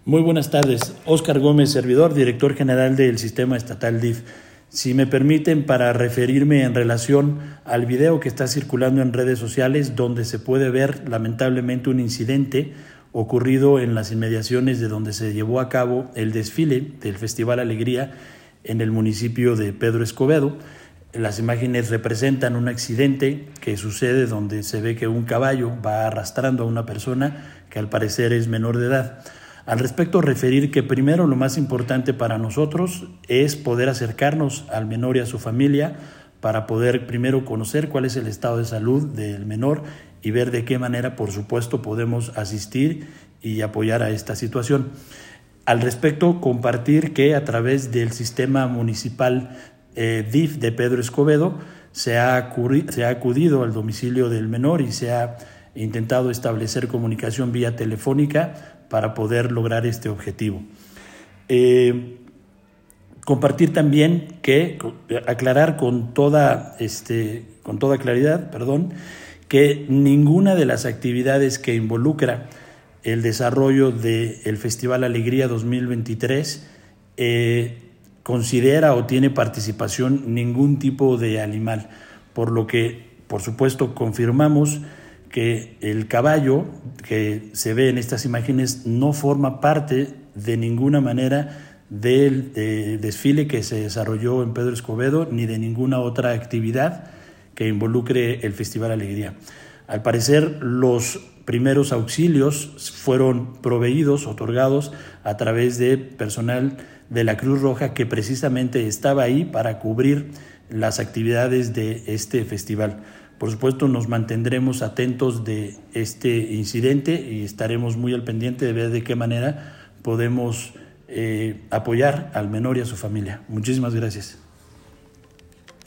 Muy buenas tardes. Óscar Gómez, servidor, director general del Sistema Estatal DIF. Si me permiten, para referirme en relación al video que está circulando en redes sociales, donde se puede ver lamentablemente un incidente ocurrido en las inmediaciones de donde se llevó a cabo el desfile del Festival Alegría en el municipio de Pedro Escobedo. Las imágenes representan un accidente que sucede donde se ve que un caballo va arrastrando a una persona que al parecer es menor de edad. Al respecto, referir que primero lo más importante para nosotros es poder acercarnos al menor y a su familia para poder primero conocer cuál es el estado de salud del menor y ver de qué manera, por supuesto, podemos asistir y apoyar a esta situación. Al respecto, compartir que a través del sistema municipal DIF de Pedro Escobedo se ha acudido al domicilio del menor y se ha intentado establecer comunicación vía telefónica para poder lograr este objetivo. Compartir también que, aclarar con toda claridad, que ninguna de las actividades que involucra el desarrollo del Festival Alegría 2023 considera o tiene participación ningún tipo de animal, por lo que, por supuesto, confirmamos que el caballo que se ve en estas imágenes no forma parte de ninguna manera del desfile que se desarrolló en Pedro Escobedo ni de ninguna otra actividad que involucre el Festival Alegría. Al parecer, los primeros auxilios fueron proveídos, otorgados a través de personal de la Cruz Roja que precisamente estaba ahí para cubrir las actividades de este festival. Por supuesto, nos mantendremos atentos de este incidente y estaremos muy al pendiente de ver de qué manera podemos apoyar al menor y a su familia. Muchísimas gracias.